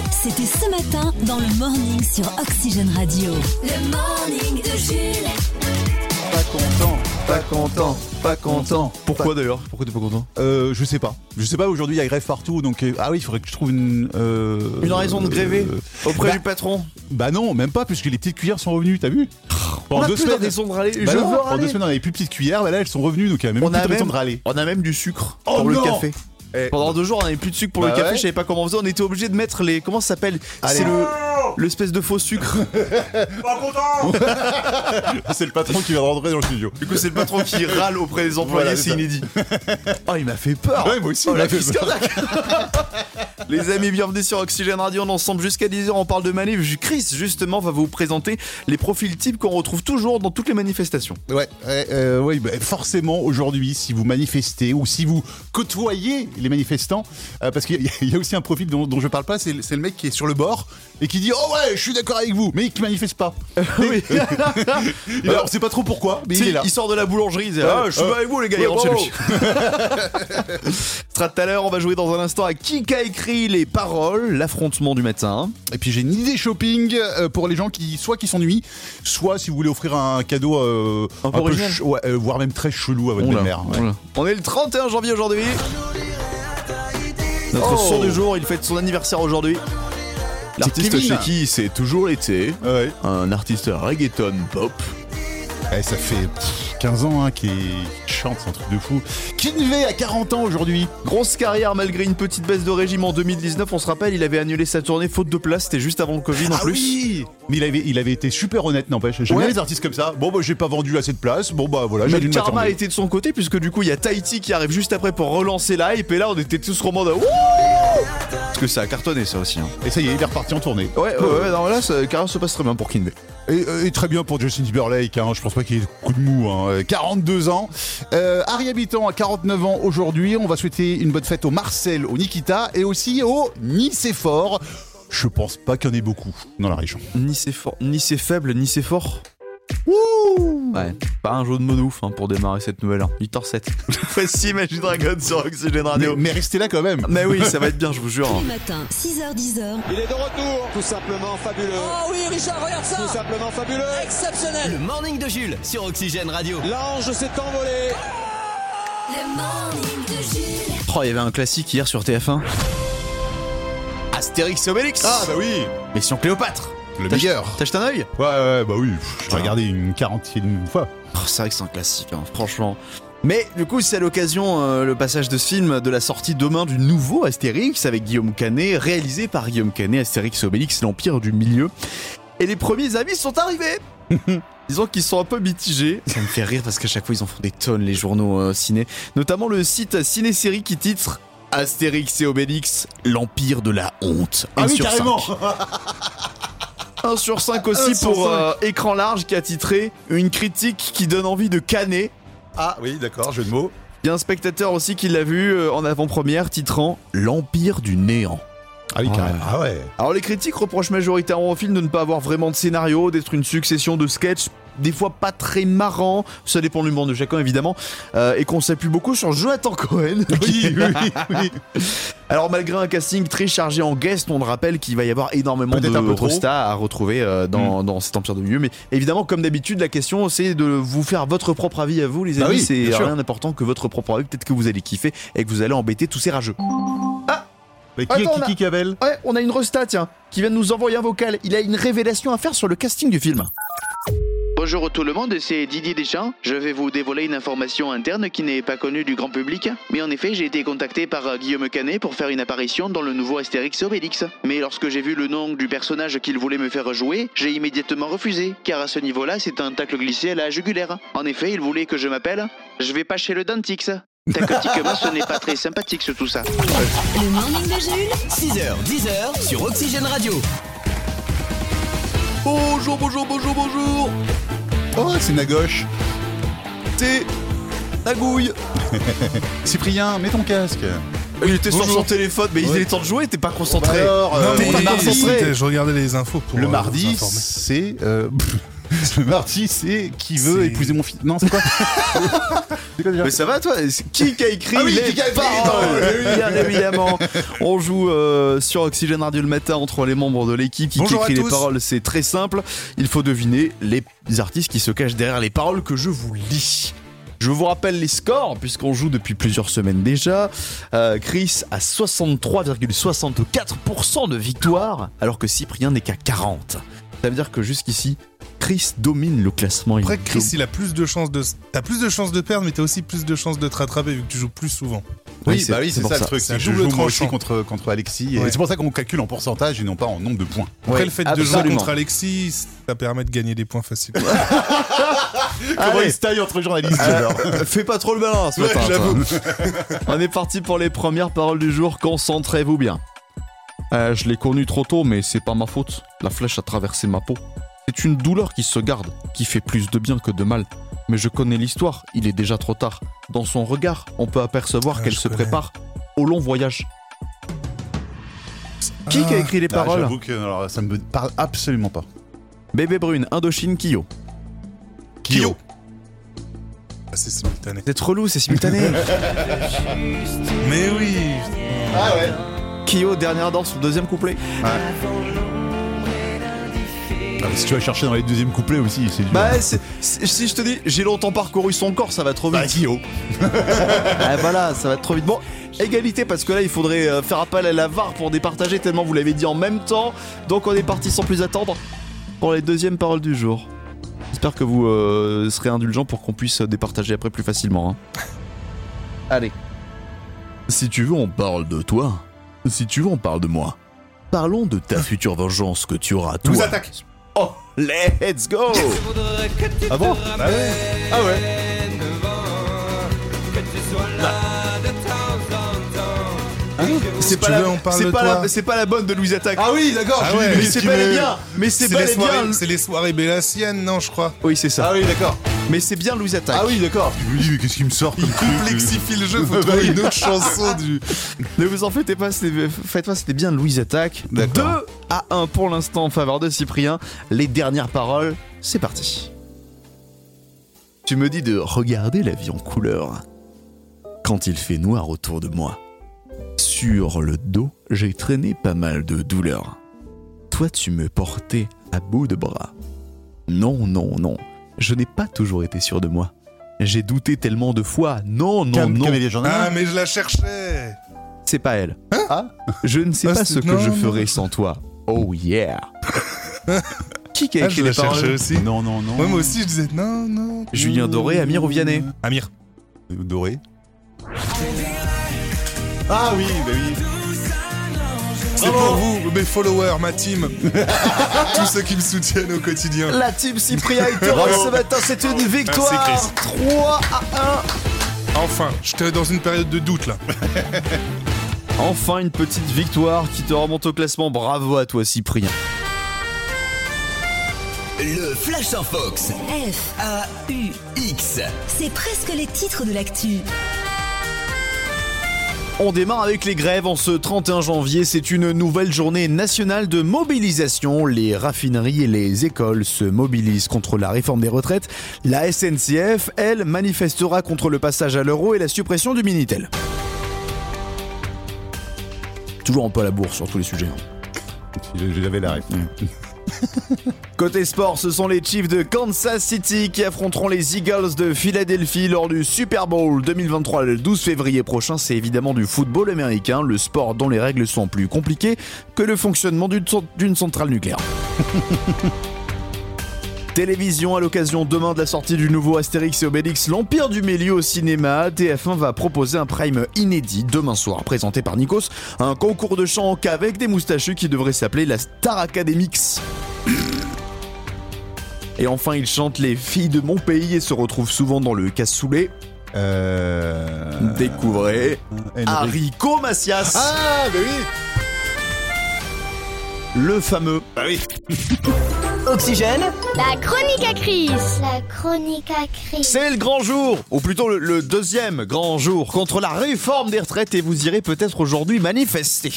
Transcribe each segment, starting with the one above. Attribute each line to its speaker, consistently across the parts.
Speaker 1: C'était ce matin dans le Morning sur Oxygène Radio. Le Morning de Jules.
Speaker 2: Pas content. Pourquoi d'ailleurs ? Pourquoi t'es pas content ?
Speaker 3: Je sais pas. Aujourd'hui il y a grève partout, donc il faudrait que je trouve une
Speaker 2: raison de gréver auprès du patron.
Speaker 3: Bah non, même pas, puisque les petites cuillères sont revenues, t'as vu ?
Speaker 2: Pendant 2 semaines, elles sont de râler.
Speaker 3: Pendant 2 semaines, on avait plus de petites cuillères, bah là elles sont revenues, donc il y a même plus de raison de râler.
Speaker 2: On a même du sucre pour le café. Pendant 2 jours, on avait plus de sucre pour le café. Je savais pas comment on faisait. On était obligé de mettre les. Comment ça s'appelle ? C'est l'espèce de faux sucre.
Speaker 4: Pas content.
Speaker 3: C'est le patron qui vient de rentrer dans le studio.
Speaker 2: Du coup, c'est le patron qui râle auprès des employés. Voilà, c'est inédit. Oh, il m'a fait peur.
Speaker 3: Ouais, moi aussi.
Speaker 2: La crise cardiaque. Les amis, bienvenue sur Oxygène Radio. On est ensemble jusqu'à 10h. On parle de manif. Chris, justement, va vous présenter les profils types qu'on retrouve toujours dans toutes les manifestations.
Speaker 3: Oui, forcément, aujourd'hui, si vous manifestez ou si vous côtoyez les manifestants, parce qu'il y a aussi un profil dont je parle pas, c'est le mec qui est sur le bord et qui dit oh ouais, je suis d'accord avec vous, mais qui manifeste pas.
Speaker 2: Oui.
Speaker 3: Alors, on sait pas trop pourquoi, mais il est là.
Speaker 2: Il sort de la boulangerie, il dit je suis pas avec vous les gars, il rentre chez lui. Sera tout à l'heure, on va jouer dans un instant à qui a écrit les paroles, l'affrontement du matin.
Speaker 3: Et puis j'ai une idée shopping pour les gens qui s'ennuient, soit si vous voulez offrir un cadeau un peu voire même très chelou à votre belle-mère. Ouais.
Speaker 2: On est le 31 janvier aujourd'hui. Notre son du jour, il fête son anniversaire aujourd'hui. L'artiste chez qui c'est toujours été un artiste reggaeton pop.
Speaker 3: Ça fait 15 ans qu'il chante, c'est un truc de fou. Kinvey a 40 ans aujourd'hui.
Speaker 2: Grosse carrière malgré une petite baisse de régime en 2019. On se rappelle, il avait annulé sa tournée faute de place. C'était juste avant le Covid en plus.
Speaker 3: Oui. Mais il avait été super honnête, n'empêche. J'aime bien les artistes comme ça. Bon, j'ai pas vendu assez de place. Bon, voilà, j'ai dû
Speaker 2: le karma a été de son côté, puisque du coup, il y a Tahiti qui arrive juste après pour relancer la hype. Et là, on était tous en mode parce que ça a cartonné, ça aussi.
Speaker 3: Et ça y est, il est reparti en tournée.
Speaker 2: Non, là, la carrière se passe très bien pour Kinvey.
Speaker 3: Et très bien pour Justin Timberlake, je pense pas qu'il ait coup de mou. 42 ans. Harry Habitant a 49 ans aujourd'hui. On va souhaiter une bonne fête au Marcel, au Nikita et aussi au Nicéphore. Je pense pas qu'il y en ait beaucoup dans la région.
Speaker 2: Ni c'est fort, ni c'est faible, ni c'est fort.
Speaker 3: Wouh!
Speaker 2: Ouais, pas un jeu de mots de ouf pour démarrer cette nouvelle heure. 8h07. Voici Imagine Dragon sur Oxygène Radio.
Speaker 3: Mais restez là quand même.
Speaker 2: Mais oui, ça va être bien, je vous jure.
Speaker 1: Tous les matins, 6h-10h.
Speaker 4: Il est de retour. Tout simplement fabuleux.
Speaker 5: Oh oui, Richard, regarde ça.
Speaker 4: Tout simplement fabuleux.
Speaker 5: Exceptionnel.
Speaker 6: Le Morning de Jules sur Oxygène Radio.
Speaker 4: L'ange s'est envolé.
Speaker 1: Le Morning de Jules.
Speaker 2: Oh, il y avait un classique hier sur TF1. Astérix et Obélix.
Speaker 3: Ah bah oui.
Speaker 2: Mission Cléopâtre.
Speaker 3: Le meilleur.
Speaker 2: T'as jeté un œil ?
Speaker 3: Ouais, bah oui. J'ai regardé une 40e fois.
Speaker 2: C'est vrai que c'est un classique, franchement. Mais du coup, c'est à l'occasion, le passage de ce film, de la sortie demain du nouveau Astérix avec Guillaume Canet, réalisé par Guillaume Canet, Astérix et Obélix, l'Empire du Milieu. Et les premiers avis sont arrivés. Disons qu'ils sont un peu mitigés. Ça me fait rire parce qu'à chaque fois, ils en font des tonnes, les journaux ciné. Notamment le site Ciné-Série qui titre Astérix et Obélix, l'Empire de la honte.
Speaker 3: Ah oui, carrément.
Speaker 2: 1 sur 5 aussi pour Écran Large qui a titré une critique qui donne envie de canner.
Speaker 3: Ah oui, d'accord, jeu de mots.
Speaker 2: Il y a un spectateur aussi qui l'a vu en avant-première titrant l'Empire du néant.
Speaker 3: Ah oui, carrément. Ah ouais.
Speaker 2: Alors les critiques reprochent majoritairement au film de ne pas avoir vraiment de scénario, d'être une succession de sketchs, des fois pas très marrants, ça dépend de l'humour de chacun évidemment, et qu'on s'appuie beaucoup sur Jonathan Cohen.
Speaker 3: Oui.
Speaker 2: Alors malgré un casting très chargé en guest, on le rappelle qu'il va y avoir énormément de stars à retrouver dans cet Empire du Milieu. Mais évidemment, comme d'habitude, la question c'est de vous faire votre propre avis à vous, les amis. C'est rien d'important que votre propre avis. Peut-être que vous allez kiffer et que vous allez embêter tous ces rageux. Ah,
Speaker 3: mais qui appelle ?
Speaker 2: Ouais, on a une resta, qui vient de nous envoyer un vocal. Il a une révélation à faire sur le casting du film.
Speaker 7: Bonjour tout le monde, c'est Didier Deschamps. Je vais vous dévoiler une information interne qui n'est pas connue du grand public. Mais en effet, j'ai été contacté par Guillaume Canet pour faire une apparition dans le nouveau Astérix et Obélix. Mais lorsque j'ai vu le nom du personnage qu'il voulait me faire jouer, j'ai immédiatement refusé, car à ce niveau-là, c'est un tacle glissé à la jugulaire. En effet, il voulait que je m'appelle « Je vais pas chez le dentix ». Tactiquement, ce n'est pas très sympathique tout ça.
Speaker 1: Le Morning de Jules.
Speaker 6: 6h, 10h sur Oxygène Radio.
Speaker 2: Bonjour.
Speaker 3: Oh, c'est Nagoche.
Speaker 2: C'est Nagouille.
Speaker 3: Cyprien, mets ton casque.
Speaker 2: Il était sur son téléphone, mais il est temps de jouer, t'es pas concentré.
Speaker 3: Alors,
Speaker 2: t'es pas concentré.
Speaker 8: Je regardais les infos pour
Speaker 3: le mardi,
Speaker 8: vous informer.
Speaker 3: c'est Marty, c'est qui veut épouser mon fils. Non, c'est quoi? C'est quoi déjà?
Speaker 2: Mais ça va toi? Qui a écrit les
Speaker 3: qui a écrit
Speaker 2: paroles? Bien évidemment. On joue sur Oxygène Radio le matin entre les membres de l'équipe. Qui écrit les paroles? C'est très simple. Il faut deviner les artistes qui se cachent derrière les paroles que je vous lis. Je vous rappelle les scores, puisqu'on joue depuis plusieurs semaines déjà. Chris a 63,64% de victoire, alors que Cyprien n'est qu'à 40%. Ça veut dire que jusqu'ici, Chris domine le classement.
Speaker 8: Après, Chris, il a plus de chances de... T'as plus de chances de perdre, mais t'as aussi plus de chances de te rattraper, vu que tu joues plus souvent.
Speaker 3: Oui, c'est ça le truc.
Speaker 8: C'est un
Speaker 3: je
Speaker 8: double
Speaker 3: joue moi aussi
Speaker 8: tranchant.
Speaker 3: contre Alexis.
Speaker 8: Ouais.
Speaker 3: Et c'est pour ça qu'on calcule en pourcentage et non pas en nombre de points.
Speaker 8: Après, le fait de jouer
Speaker 2: absolument.
Speaker 8: contre Alexis, ça permet de gagner des points facilement.
Speaker 3: Comment il se taille entre journalistes alors.
Speaker 2: Fais pas trop le malin ce matin.
Speaker 3: j'avoue.
Speaker 2: On est parti pour les premières paroles du jour. Concentrez-vous bien. Je l'ai connu trop tôt, mais c'est pas ma faute. La flèche a traversé ma peau. C'est une douleur qui se garde, qui fait plus de bien que de mal. Mais je connais l'histoire, il est déjà trop tard. Dans son regard, on peut apercevoir qu'elle se prépare au long voyage. Qui a écrit les paroles?
Speaker 3: J'avoue que alors, ça me parle absolument pas.
Speaker 2: Bébé Brune, Indochine, Kyo.
Speaker 3: Kyo.
Speaker 8: Ah, c'est simultané.
Speaker 2: C'est relou, c'est simultané.
Speaker 8: Mais oui.
Speaker 3: Ah ouais.
Speaker 2: Kyo, dernière danse, le deuxième couplet.
Speaker 3: Si tu vas chercher dans les deuxièmes couplets aussi, c'est dur.
Speaker 2: Bah, si je te dis, j'ai longtemps parcouru son corps, ça va trop vite.
Speaker 3: Kyo.
Speaker 2: Ah, voilà, ça va trop vite. Bon, égalité, parce que là, il faudrait faire appel à la VAR pour départager, tellement vous l'avez dit en même temps. Donc, on est parti sans plus attendre pour les deuxièmes paroles du jour. J'espère que vous serez indulgents pour qu'on puisse départager après plus facilement. Hein. Allez. Si tu veux, on parle de toi. Si tu veux, on parle de moi. Parlons de ta future vengeance que tu auras, toi.
Speaker 3: Nous attaque.
Speaker 2: Oh, let's go!
Speaker 3: Ah bon?
Speaker 2: Ah ouais. C'est pas la bonne de Louise Attaque.
Speaker 3: Ah oui, d'accord.
Speaker 8: Ah ouais.
Speaker 2: Mais c'est bel et bien. Mais c'est bel et bien.
Speaker 8: C'est les soirées bélassiennes, non, je crois.
Speaker 2: Oui, c'est ça.
Speaker 3: Ah oui, d'accord.
Speaker 2: Mais c'est bien Louise Attaque.
Speaker 3: Ah oui, d'accord. Je me dis, mais qu'est-ce qui me sort comme
Speaker 8: Il
Speaker 3: truc
Speaker 8: complexifie le jeu, faut trouver une autre chanson du...
Speaker 2: Ne vous en faites pas, c'était bien Louise Attaque.
Speaker 3: D'accord.
Speaker 2: 2-1 pour l'instant en faveur de Cyprien. Les dernières paroles, c'est parti. Tu me dis de regarder la vie en couleur. Quand il fait noir autour de moi. Sur le dos, j'ai traîné pas mal de douleurs. Toi, tu me portais à bout de bras. Non, non, non. Je n'ai pas toujours été sûr de moi. J'ai douté tellement de fois. Non, non, non.
Speaker 8: Ah, mais je la cherchais.
Speaker 2: C'est pas elle.
Speaker 3: Ah.
Speaker 2: Je ne sais
Speaker 8: Ah,
Speaker 2: pas
Speaker 8: c'est-
Speaker 2: ce que
Speaker 8: non,
Speaker 2: je
Speaker 8: non.
Speaker 2: ferais sans toi. Oh yeah. Qui a
Speaker 8: Ah,
Speaker 2: écrit
Speaker 8: je
Speaker 2: les
Speaker 8: la cherchais
Speaker 2: paroles?
Speaker 8: aussi.
Speaker 3: Non, non, non.
Speaker 8: Ouais, moi aussi, je disais non, non.
Speaker 2: Julien Doré, Amir ou Vianney?
Speaker 8: Amir.
Speaker 3: Doré. Ah oui, bah oui.
Speaker 8: C'est pour vous, mes followers, ma team. Tous ceux qui me soutiennent au quotidien.
Speaker 2: La team Cyprien est heureuse ce matin, c'est une victoire.
Speaker 8: Merci,
Speaker 2: 3-1.
Speaker 8: Enfin, j'étais dans une période de doute là.
Speaker 2: Enfin une petite victoire qui te remonte au classement. Bravo à toi Cyprien.
Speaker 6: Le Flash en Fox.
Speaker 1: F,
Speaker 6: AUX.
Speaker 1: c'est presque les titres de l'actu.
Speaker 2: On démarre avec les grèves en ce 31 janvier. C'est une nouvelle journée nationale de mobilisation. Les raffineries et les écoles se mobilisent contre la réforme des retraites. La SNCF, elle, manifestera contre le passage à l'euro et la suppression du Minitel. Toujours un peu à la bourre sur tous les sujets.
Speaker 3: J'avais la ref.
Speaker 2: Côté sport, ce sont les Chiefs de Kansas City qui affronteront les Eagles de Philadelphie lors du Super Bowl 2023 le 12 février prochain. C'est évidemment du football américain, le sport dont les règles sont plus compliquées que le fonctionnement d'une centrale nucléaire. Télévision à l'occasion demain de la sortie du nouveau Astérix et Obélix, l'Empire du Milieu au cinéma. TF1 va proposer un prime inédit demain soir, présenté par Nikos, un concours de chant avec des moustachus qui devrait s'appeler la Star Academix. Et enfin, il chante Les filles de mon pays et se retrouve souvent dans le cassoulet. Découvrez Haricot Macias.
Speaker 3: Ah, bah oui.
Speaker 2: Le fameux.
Speaker 3: Bah oui.
Speaker 6: Oxygène.
Speaker 9: La chronique à Chris. La chronique à Chris.
Speaker 2: C'est le grand jour, ou plutôt le deuxième grand jour, contre la réforme des retraites et vous irez peut-être aujourd'hui manifester.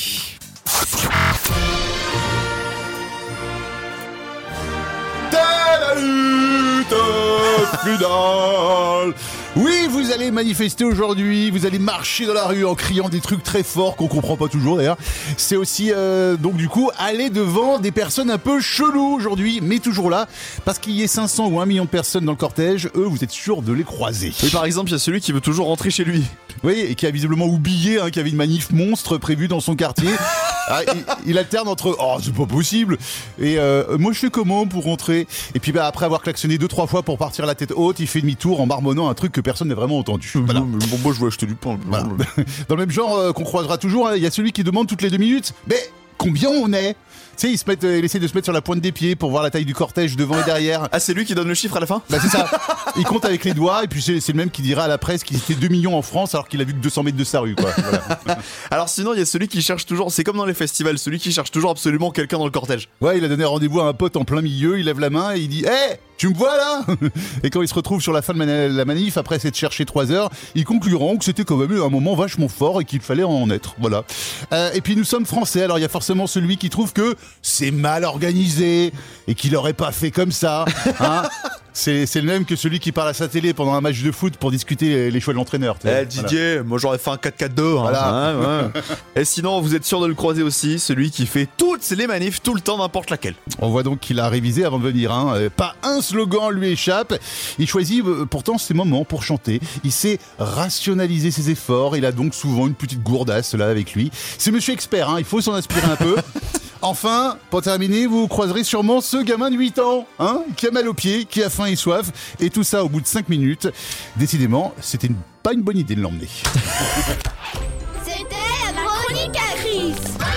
Speaker 3: final. Oui, vous allez manifester aujourd'hui, vous allez marcher dans la rue en criant des trucs très forts qu'on comprend pas toujours d'ailleurs. C'est aussi, donc du coup, aller devant des personnes un peu cheloues aujourd'hui, mais toujours là, parce qu'il y ait 500 ou 1 million de personnes dans le cortège, eux, vous êtes sûr de les croiser.
Speaker 2: Oui, par exemple, il y a celui qui veut toujours rentrer chez lui.
Speaker 3: Oui, et qui a visiblement oublié qu'il y avait une manif monstre prévue dans son quartier. Il alterne entre « Oh, c'est pas possible !» et « Moi, je fais comment pour rentrer ?» Et puis après avoir klaxonné 2-3 fois pour partir la tête haute, il fait demi-tour en marmonnant un truc que personne n'a vraiment entendu. Voilà.
Speaker 2: Bon, moi, je veux acheter du pain.
Speaker 3: Voilà. Dans le même genre qu'on croisera toujours, il y a celui qui demande toutes les 2 minutes « Mais combien on est ?» Tu sais, il essaie de se mettre sur la pointe des pieds pour voir la taille du cortège devant et derrière.
Speaker 2: Ah, c'est lui qui donne le chiffre à la fin ?
Speaker 3: Bah c'est ça. Il compte avec les doigts et puis c'est le même qui dira à la presse qu'il était 2 millions en France alors qu'il a vu que 200 mètres de sa rue, quoi. Voilà.
Speaker 2: Alors sinon, il y a celui qui cherche toujours, c'est comme dans les festivals, celui qui cherche toujours absolument quelqu'un dans le cortège.
Speaker 3: Ouais, il a donné rendez-vous à un pote en plein milieu, il lève la main et il dit « Hé, tu me vois là ?» Et quand il se retrouve sur la fin de la manif, après s'être cherché 3 heures, ils concluront que c'était quand même un moment vachement fort et qu'il fallait en être. Voilà. Et puis nous sommes français, alors il y a forcément celui qui trouve que c'est mal organisé et qu'il aurait pas fait comme ça. Hein. C'est le même que celui qui parle à sa télé pendant un match de foot pour discuter les choix de l'entraîneur.
Speaker 2: Didier, voilà. Moi j'aurais fait un 4-4-2. Voilà. Ouais. Et sinon, vous êtes sûr de le croiser aussi, celui qui fait toutes les manifs tout le temps, n'importe laquelle.
Speaker 3: On voit donc qu'il a révisé avant de venir. Pas un slogan lui échappe. Il choisit pourtant ces moments pour chanter. Il sait rationaliser ses efforts. Il a donc souvent une petite gourdasse là avec lui. C'est monsieur expert, il faut s'en inspirer un peu. Enfin, pour terminer, vous croiserez sûrement ce gamin de 8 ans, qui a mal aux pieds, qui a faim et soif, et tout ça au bout de 5 minutes. Décidément, c'était pas une bonne idée de l'emmener.
Speaker 9: C'était la chronique à Chris.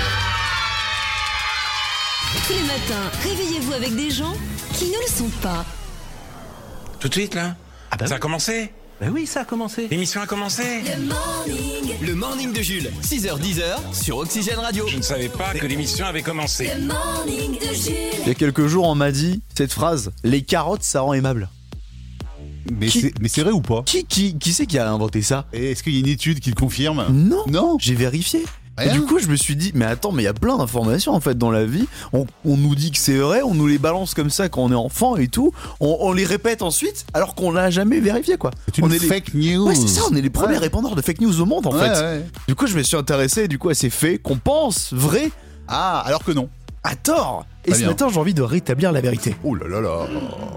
Speaker 1: Tous les matins, réveillez-vous avec des gens qui ne le sont pas.
Speaker 10: Tout de suite, là ?
Speaker 6: Ah bah
Speaker 10: ça a commencé ?
Speaker 6: Bah oui, ça a commencé.
Speaker 10: L'émission a commencé ?
Speaker 6: Le morning de Jules, 6h-10h sur Oxygène Radio.
Speaker 10: Je ne savais pas que l'émission avait commencé.
Speaker 1: Le morning de Jules.
Speaker 2: Il y a quelques jours, on m'a dit cette phrase, les carottes, ça rend aimable.
Speaker 3: Mais c'est vrai ou pas ?
Speaker 2: Qui c'est qui a inventé ça ?
Speaker 3: Et est-ce qu'il y a une étude qui le confirme ?
Speaker 2: Non, j'ai vérifié. Et du coup, je me suis dit, mais attends, mais il y a plein d'informations en fait dans la vie. On nous dit que c'est vrai, on nous les balance comme ça quand on est enfant et tout. On les répète ensuite, alors qu'on l'a jamais vérifié, quoi.
Speaker 3: C'est une fake news.
Speaker 2: Ouais, c'est ça, on est les premiers répandeurs de fake news au monde en fait.
Speaker 3: Ouais.
Speaker 2: Du coup, je me suis intéressé du coup à ces faits qu'on pense vrais.
Speaker 3: Ah, alors que non.
Speaker 2: À tort. Et
Speaker 3: Très
Speaker 2: ce
Speaker 3: bien.
Speaker 2: matin, j'ai envie de rétablir la vérité.
Speaker 3: Oh là là là.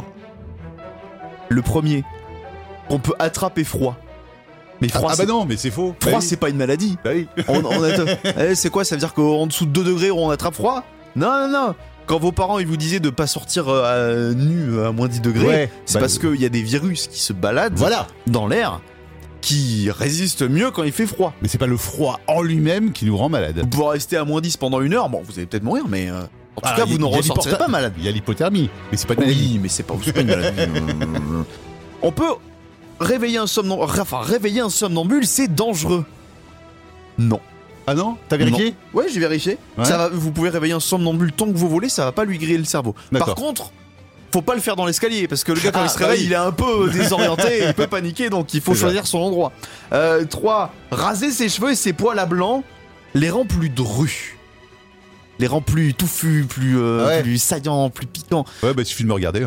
Speaker 2: Le premier, on peut attraper froid. Mais froid,
Speaker 3: bah non, mais c'est faux.
Speaker 2: froid, c'est pas une maladie.
Speaker 3: Bah oui.
Speaker 2: C'est quoi, ça veut dire qu'en dessous de 2 degrés, on attrape froid ? Non. Quand vos parents ils vous disaient de pas sortir nu à moins 10 degrés, c'est parce qu'il y a des virus qui se baladent dans l'air qui résistent mieux quand il fait froid.
Speaker 3: Mais c'est pas le froid en lui-même qui nous rend malade.
Speaker 2: Vous pourrez rester à moins 10 pendant 1 heure, bon, vous allez peut-être mourir, mais en tout cas, vous n'en ressortirez pas malade.
Speaker 3: Il y a l'hypothermie, mais c'est pas une maladie.
Speaker 2: Oui, mais c'est pas une maladie. On peut réveiller un somnambule, c'est dangereux. Non.
Speaker 3: Ah non ? T'as vérifié ?
Speaker 2: Ouais, j'ai vérifié.
Speaker 3: Ouais.
Speaker 2: Vous pouvez réveiller un somnambule tant que vous voulez, ça va pas lui griller le cerveau.
Speaker 3: D'accord.
Speaker 2: Par contre, faut pas le faire dans l'escalier, parce que le gars quand il se réveille, il est un peu désorienté, il peut paniquer, donc il faut choisir son endroit. 3. Raser ses cheveux et ses poils à blanc les rend plus drus. Les rend plus touffus, plus saillants, plus piquants.
Speaker 3: Ouais, bah il suffit de me regarder.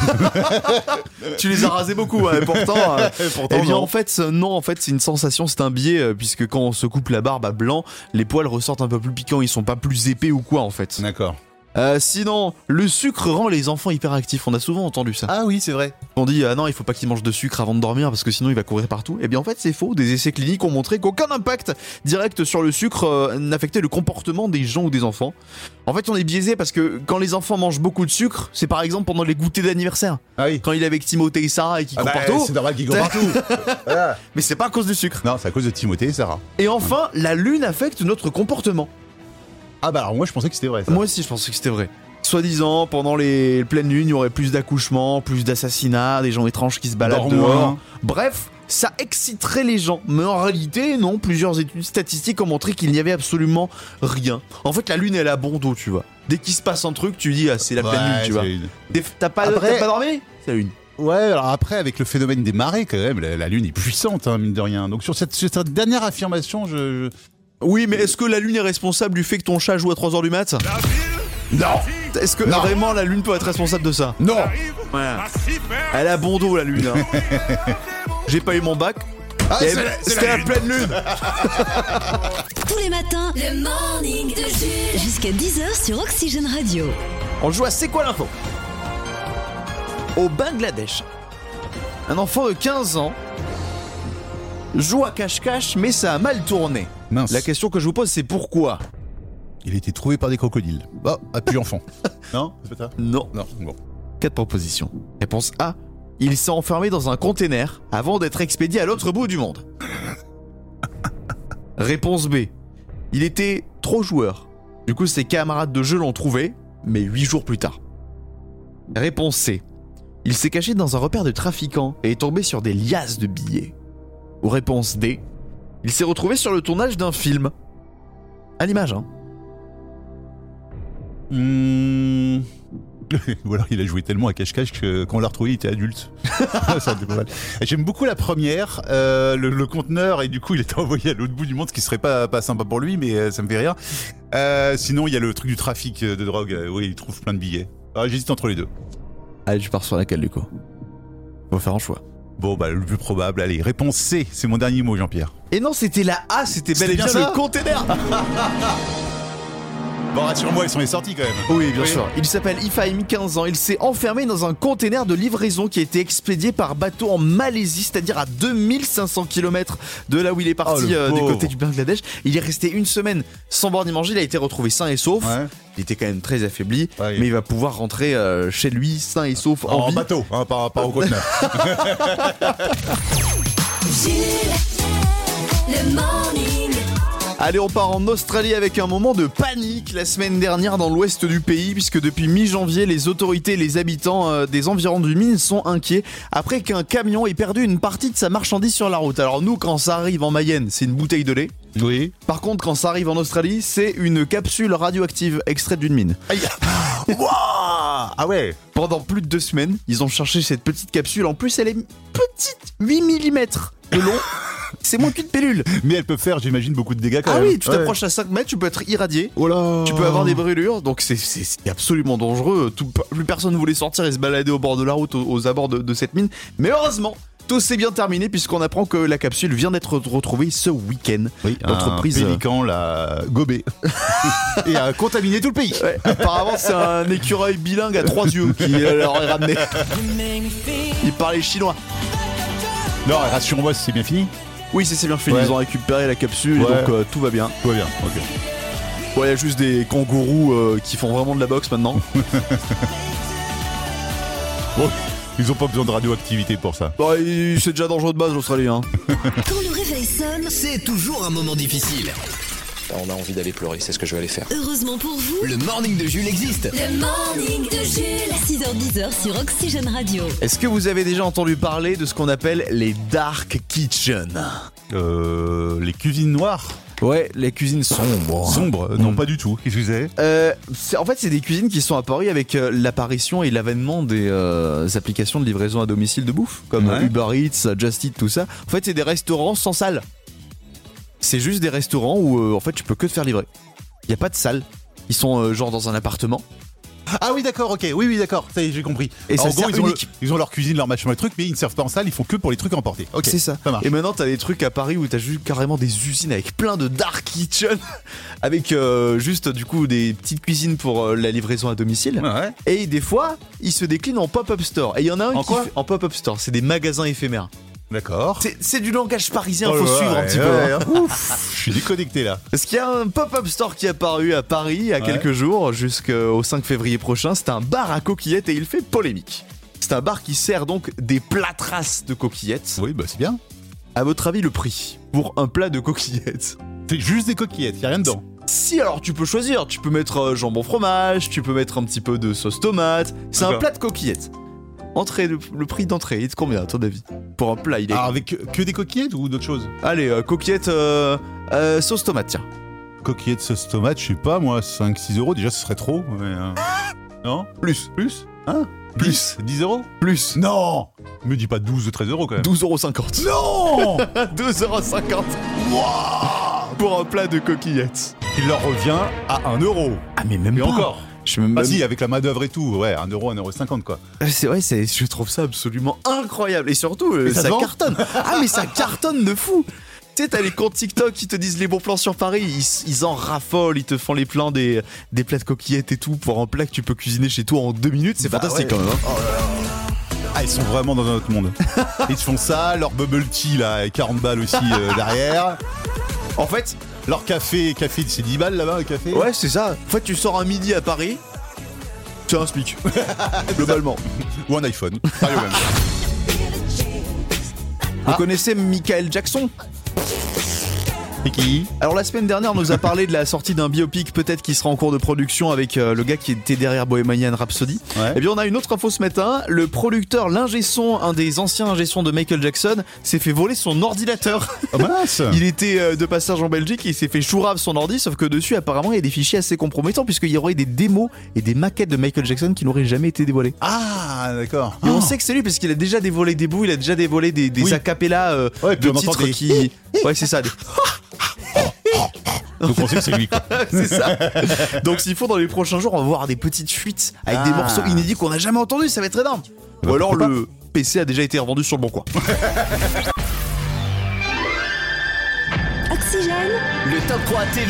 Speaker 2: Tu les as rasés beaucoup, pourtant.
Speaker 3: Pourtant,
Speaker 2: Eh bien,
Speaker 3: non.
Speaker 2: en fait, c'est une sensation, c'est un biais, puisque quand on se coupe la barbe à blanc, les poils ressortent un peu plus piquants, ils sont pas plus épais ou quoi, en fait.
Speaker 3: D'accord.
Speaker 2: Sinon, le sucre rend les enfants hyperactifs. On a souvent entendu ça.
Speaker 3: Ah oui, c'est vrai.
Speaker 2: On dit non, il faut pas qu'il mange de sucre avant de dormir parce que sinon il va courir partout. Eh bien en fait c'est faux. Des essais cliniques ont montré qu'aucun impact direct sur le sucre n'affectait le comportement des gens ou des enfants. En fait on est biaisé parce que quand les enfants mangent beaucoup de sucre, c'est par exemple pendant les goûters d'anniversaire.
Speaker 3: Ah oui.
Speaker 2: Quand il est avec Timothée et Sarah et qu'il court partout.
Speaker 3: C'est normal qu'il court partout. Voilà.
Speaker 2: Mais c'est pas à cause du sucre.
Speaker 3: Non, c'est à cause de Timothée et Sarah.
Speaker 2: Et enfin, la lune affecte notre comportement.
Speaker 3: Ah bah alors moi je pensais que c'était vrai ça.
Speaker 2: Moi aussi je pensais que c'était vrai. Soi-disant, pendant les pleines lunes, il y aurait plus d'accouchements, plus d'assassinats, des gens étranges qui se baladent dehors. Bref, ça exciterait les gens. Mais en réalité, non, plusieurs études statistiques ont montré qu'il n'y avait absolument rien. En fait, la lune, elle a bon dos, tu vois. Dès qu'il se passe un truc, tu dis, c'est la pleine lune, tu vois. T'as pas dormi ? C'est la lune.
Speaker 3: Ouais, alors après, avec le phénomène des marées, quand même, la lune est puissante, mine de rien. Donc sur cette dernière affirmation,
Speaker 2: Oui, mais est-ce que la lune est responsable du fait que ton chat joue à 3h du mat ?
Speaker 3: Non.
Speaker 2: Est-ce que vraiment la Lune peut être responsable de ça?
Speaker 3: Non.
Speaker 2: Ouais. Elle a bon dos la Lune. Hein. J'ai pas eu mon bac.
Speaker 3: Ah,
Speaker 2: c'était la pleine Lune.
Speaker 1: Tous les matins, le morning de Jules. Jusqu'à 10h sur Oxygène Radio.
Speaker 2: On joue à C'est quoi l'info? Au Bangladesh, un enfant de 15 ans joue à cache-cache, mais ça a mal tourné.
Speaker 3: Mince.
Speaker 2: La question que je vous pose, c'est pourquoi?
Speaker 3: Il a été trouvé par des crocodiles. Bah, appui enfant. Non, c'est pas ça?
Speaker 2: Non.
Speaker 3: Non, bon.
Speaker 2: 4 propositions. Réponse A. Il s'est enfermé dans un container avant d'être expédié à l'autre bout du monde. Réponse B. Il était trop joueur. Du coup, ses camarades de jeu l'ont trouvé, mais 8 jours plus tard. Réponse C. Il s'est caché dans un repère de trafiquants et est tombé sur des liasses de billets. Ou réponse D. Il s'est retrouvé sur le tournage d'un film. À l'image, hein.
Speaker 3: Ou alors il a joué tellement à cache-cache que quand on l'a retrouvé, il était adulte. Ça, c'est pas mal. J'aime beaucoup la première, le conteneur, et du coup il était envoyé à l'autre bout du monde, ce qui serait pas sympa pour lui, mais ça me fait rire. Sinon il y a le truc du trafic de drogue, où il trouve plein de billets. Ah, j'hésite entre les deux.
Speaker 2: Allez, je pars sur laquelle du coup? Faut faire un choix.
Speaker 3: Bon bah le plus probable, allez, réponse C, c'est mon dernier mot, Jean-Pierre.
Speaker 2: Et non, c'était la A, c'était bel et bien
Speaker 3: ça
Speaker 2: le container.
Speaker 3: Bon, rassure-moi, ils sont sortis quand même.
Speaker 2: Oui, bien sûr. Il s'appelle Ifaim, 15 ans. Il s'est enfermé dans un container de livraison qui a été expédié par bateau en Malaisie, c'est-à-dire à 2500 km de là où il est parti du côté du Bangladesh. Il est resté une semaine sans boire ni manger. Il a été retrouvé sain et sauf. Ouais. Il était quand même très affaibli, mais il va pouvoir rentrer chez lui sain et sauf en vie.
Speaker 3: Bateau, hein, par rapport au conteneur.
Speaker 1: Jules, le morning.
Speaker 2: Allez, on part en Australie avec un moment de panique la semaine dernière dans l'ouest du pays, puisque depuis mi-janvier, les autorités et les habitants des environs du mine sont inquiets après qu'un camion ait perdu une partie de sa marchandise sur la route. Alors nous, quand ça arrive en Mayenne, c'est une bouteille de lait.
Speaker 3: Oui.
Speaker 2: Par contre, quand ça arrive en Australie, c'est une capsule radioactive extraite d'une mine.
Speaker 3: Wow. Ah ouais.
Speaker 2: Pendant plus de 2 semaines, ils ont cherché cette petite capsule. En plus, elle est petite, 8 mm de long. C'est moins qu'une pilule.
Speaker 3: Mais elle peut faire, j'imagine, beaucoup de dégâts quand même.
Speaker 2: Ah oui, tu t'approches à 5 mètres, tu peux être irradié.
Speaker 3: Oh là.
Speaker 2: Tu peux avoir des brûlures. Donc c'est absolument dangereux. Plus personne ne voulait sortir et se balader au bord de la route, aux abords de cette mine. Mais heureusement, tout s'est bien terminé puisqu'on apprend que la capsule vient d'être retrouvée ce week-end.
Speaker 3: Oui, l'entreprise Pélican l'a gobé et a contaminé tout le pays.
Speaker 2: Ouais, apparemment, c'est un écureuil bilingue à 3 yeux qui leur est ramené. Il parlait chinois.
Speaker 3: Non, rassure-moi, c'est bien fini.
Speaker 2: Oui, c'est bien fini. Ils ont récupéré la capsule et donc tout va bien.
Speaker 3: Tout va bien, ok.
Speaker 2: Ouais, il y a juste des kangourous qui font vraiment de la boxe maintenant.
Speaker 3: Bon, ils ont pas besoin de radioactivité pour ça.
Speaker 2: Bah, c'est déjà dangereux de base, l'Australie. Hein.
Speaker 1: Quand le réveil sonne,
Speaker 6: c'est toujours un moment difficile.
Speaker 10: On a envie d'aller pleurer, c'est ce que je vais aller faire.
Speaker 1: Heureusement pour vous,
Speaker 6: le morning de Jules existe.
Speaker 1: Le morning de Jules, 6h10 sur Oxygène Radio.
Speaker 2: Est-ce que vous avez déjà entendu parler de ce qu'on appelle les dark kitchen?
Speaker 3: Les cuisines noires.
Speaker 2: Ouais, les cuisines sombres.
Speaker 3: Sombres? Non, pas du tout. Qu'est-ce que c'est?
Speaker 2: En fait, c'est des cuisines qui sont apparues avec l'apparition et l'avènement des applications de livraison à domicile de bouffe, comme Uber Eats, Just Eat, tout ça. En fait, c'est des restaurants sans salle. C'est juste des restaurants où en fait tu peux que te faire livrer. Il y a pas de salle. Ils sont genre dans un appartement.
Speaker 3: Ah oui, d'accord, ok. Oui, d'accord. Ça y est, j'ai compris.
Speaker 2: Et
Speaker 3: en
Speaker 2: ça
Speaker 3: gros,
Speaker 2: sert
Speaker 3: ils ont leur cuisine, leur machin, les trucs, mais ils ne servent pas en salle. Ils font que pour les trucs à emporter. Ok.
Speaker 2: C'est ça.
Speaker 3: Marche.
Speaker 2: Et maintenant, t'as des trucs à Paris où t'as juste carrément des usines avec plein de dark kitchen, avec juste du coup des petites cuisines pour la livraison à domicile.
Speaker 3: Ouais.
Speaker 2: Et des fois, ils se déclinent en pop-up store. Et il y en a un
Speaker 3: en
Speaker 2: pop-up store. C'est des magasins éphémères.
Speaker 3: D'accord.
Speaker 2: C'est du langage parisien, faut suivre un petit peu.
Speaker 3: Ouf, je suis déconnecté là.
Speaker 2: Parce qu'il y a un pop-up store qui est apparu à Paris il y a quelques jours, jusqu'au 5 février prochain. C'est un bar à coquillettes et il fait polémique. C'est un bar qui sert donc des plâtras de coquillettes.
Speaker 3: Oui, bah c'est bien.
Speaker 2: À votre avis, le prix pour un plat de coquillettes?
Speaker 3: C'est juste des coquillettes, y a rien dedans.
Speaker 2: Si, alors tu peux choisir. Tu peux mettre jambon fromage, tu peux mettre un petit peu de sauce tomate. C'est un plat de coquillettes. Entrée, le prix d'entrée, il est de combien à ton avis? Pour un plat, il est...
Speaker 3: Alors avec que des coquillettes ou d'autres choses?
Speaker 2: Allez, coquillettes sauce tomate, tiens.
Speaker 3: Coquillettes sauce tomate, je sais pas moi, 5-6 euros, déjà ce serait trop. Mais, non? Plus? Hein? Plus? 10 euros?
Speaker 2: Plus.
Speaker 3: Non! Me dis pas 12 ou 13 euros quand même.
Speaker 2: 12,50 €.
Speaker 3: Non!
Speaker 2: 12,50 €.
Speaker 3: Wow!
Speaker 2: Pour un plat de coquillettes.
Speaker 3: Il leur revient à 1 euro.
Speaker 2: Ah mais même
Speaker 3: Et
Speaker 2: pas.
Speaker 3: encore. Ah si, avec la main d'œuvre et tout, ouais, 1€, 1,50€ quoi.
Speaker 2: C'est vrai, je trouve ça absolument incroyable. Et surtout, ça cartonne. Ah mais ça cartonne de fou. Tu sais, t'as les comptes TikTok qui te disent les bons plans sur Paris, ils en raffolent, ils te font les plans des plats de coquillettes et tout pour un plat que tu peux cuisiner chez toi en 2 minutes, c'est fantastique quand même. Hein.
Speaker 3: Ah, ils sont vraiment dans un autre monde. Ils te font ça, leur bubble tea là, avec 40 balles aussi derrière. En fait, leur café c'est 10 balles là-bas, le café.
Speaker 2: Ouais, c'est ça. En fait, tu sors un midi à Paris, c'est un SMIC, globalement.
Speaker 3: Ou un iPhone, pareil au même.
Speaker 2: Vous connaissez Michael Jackson ?
Speaker 3: Et qui ?
Speaker 2: Alors la semaine dernière, on nous a parlé de la sortie d'un biopic peut-être qui sera en cours de production avec le gars qui était derrière Bohemian Rhapsody. Ouais. Et bien on a une autre info ce matin, le producteur, l'ingé son, un des anciens ingé son de Michael Jackson, s'est fait voler son ordinateur.
Speaker 3: Oh mince.
Speaker 2: Il était de passage en Belgique et il s'est fait chourave son ordi, sauf que dessus apparemment il y a des fichiers assez compromettants puisqu'il y aurait des démos et des maquettes de Michael Jackson qui n'auraient jamais été dévoilées.
Speaker 3: Ah d'accord.
Speaker 2: Et on sait que c'est lui parce qu'il a déjà dévoilé des bouts, il a déjà dévoilé des acapellas de titres qui... Ouais c'est ça.
Speaker 3: Donc on sait que c'est lui quoi.
Speaker 2: C'est ça. Donc s'il faut dans les prochains jours on va voir des petites fuites avec des morceaux inédits qu'on n'a jamais entendus, ça va être énorme. Ou alors le PC a déjà été revendu sur le bon coin.
Speaker 1: Oxygène.
Speaker 6: Le top 3 TV.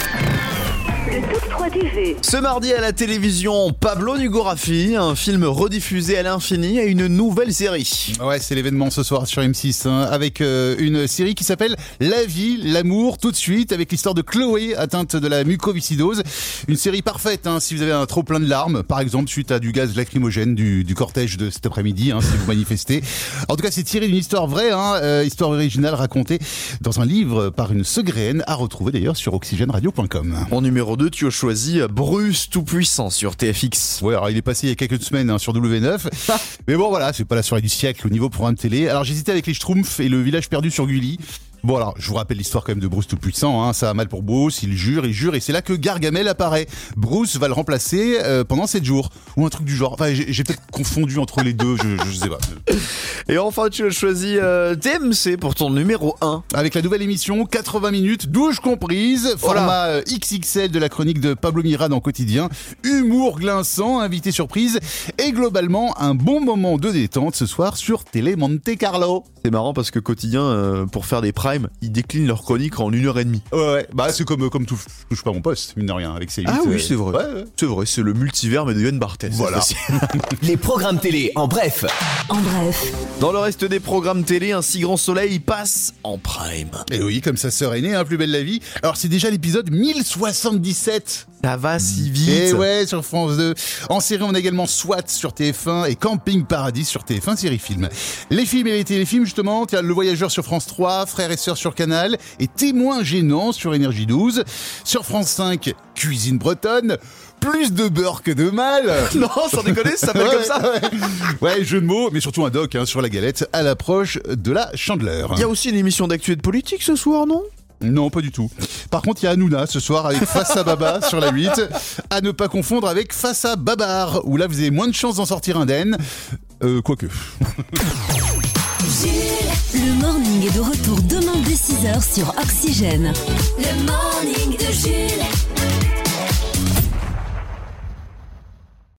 Speaker 1: Le top 3 TV.
Speaker 2: Ce mardi à la télévision, Pablo Nugorafi, un film rediffusé à l'infini et une nouvelle série.
Speaker 3: Ouais, c'est l'événement ce soir sur M6 hein, avec une série qui s'appelle La vie, l'amour, tout de suite avec l'histoire de Chloé atteinte de la mucoviscidose. Une série parfaite hein, si vous avez un trop plein de larmes, par exemple suite à du gaz lacrymogène du cortège de cet après-midi hein, si vous manifestez. En tout cas, c'est tiré d'une histoire vraie, hein, histoire originale racontée dans un livre par une Segréenne à retrouver d'ailleurs sur oxygèneradio.com.
Speaker 2: En numéro 2, tu as choisi Bruce Tout-Puissant sur TFX.
Speaker 3: Ouais, alors il est passé il y a quelques semaines hein, sur W9. Mais bon voilà, c'est pas la soirée du siècle au niveau programme télé. Alors j'hésitais avec les Schtroumpfs et le village perdu sur Gulli. Bon alors, je vous rappelle l'histoire quand même de Bruce Tout-Puissant, hein, ça va mal pour Bruce, il jure, et c'est là que Gargamel apparaît. Bruce va le remplacer pendant 7 jours, ou un truc du genre. Enfin, j'ai peut-être confondu entre les deux, je sais pas.
Speaker 2: Et enfin, tu as choisi TMC pour ton numéro 1.
Speaker 3: Avec la nouvelle émission, 80 minutes, douche comprise, format XXL de la chronique de Pablo Mira dans Quotidien, humour glinçant, invité surprise, et globalement, un bon moment de détente ce soir sur Télé Monte Carlo.
Speaker 2: C'est marrant parce que Quotidien, pour faire des primes, ils déclinent leur chronique en 1h30.
Speaker 3: Ouais, bah c'est comme touche pas mon poste, mine de rien, avec C8.
Speaker 2: Ah oui, c'est vrai. Ouais. C'est vrai, c'est le multivers mais de Yann Barthès.
Speaker 3: Voilà.
Speaker 6: Les programmes télé en bref.
Speaker 1: En bref.
Speaker 2: Dans le reste des programmes télé, un si grand soleil passe en prime.
Speaker 3: Et oui, comme sa sœur aînée, hein, Plus belle la vie. Alors c'est déjà l'épisode 1077.
Speaker 2: Ça va si vite.
Speaker 3: Et ouais, sur France 2. En série, on a également SWAT sur TF1 et Camping Paradis sur TF1 série film. Les films et les téléfilms, justement, il y a Le Voyageur sur France 3, Frères et Sœurs sur Canal et Témoins gênants sur Énergie 12. Sur France 5, Cuisine bretonne. Plus de beurre que de mal.
Speaker 2: Non, sans déconner, ça s'appelle comme ça.
Speaker 3: Ouais, jeu de mots, mais surtout un doc hein, sur la galette à l'approche de la Chandeleur.
Speaker 2: Il y a aussi une émission d'actu et de politique ce soir, non ?
Speaker 3: Non, pas du tout. Par contre, il y a Hanouna ce soir avec Face à Baba sur la 8. À ne pas confondre avec Face à Babar, où là, vous avez moins de chances d'en sortir indemne. Quoique.
Speaker 1: Le morning est de retour demain dès 6h sur Oxygène.
Speaker 9: Le morning de Jules.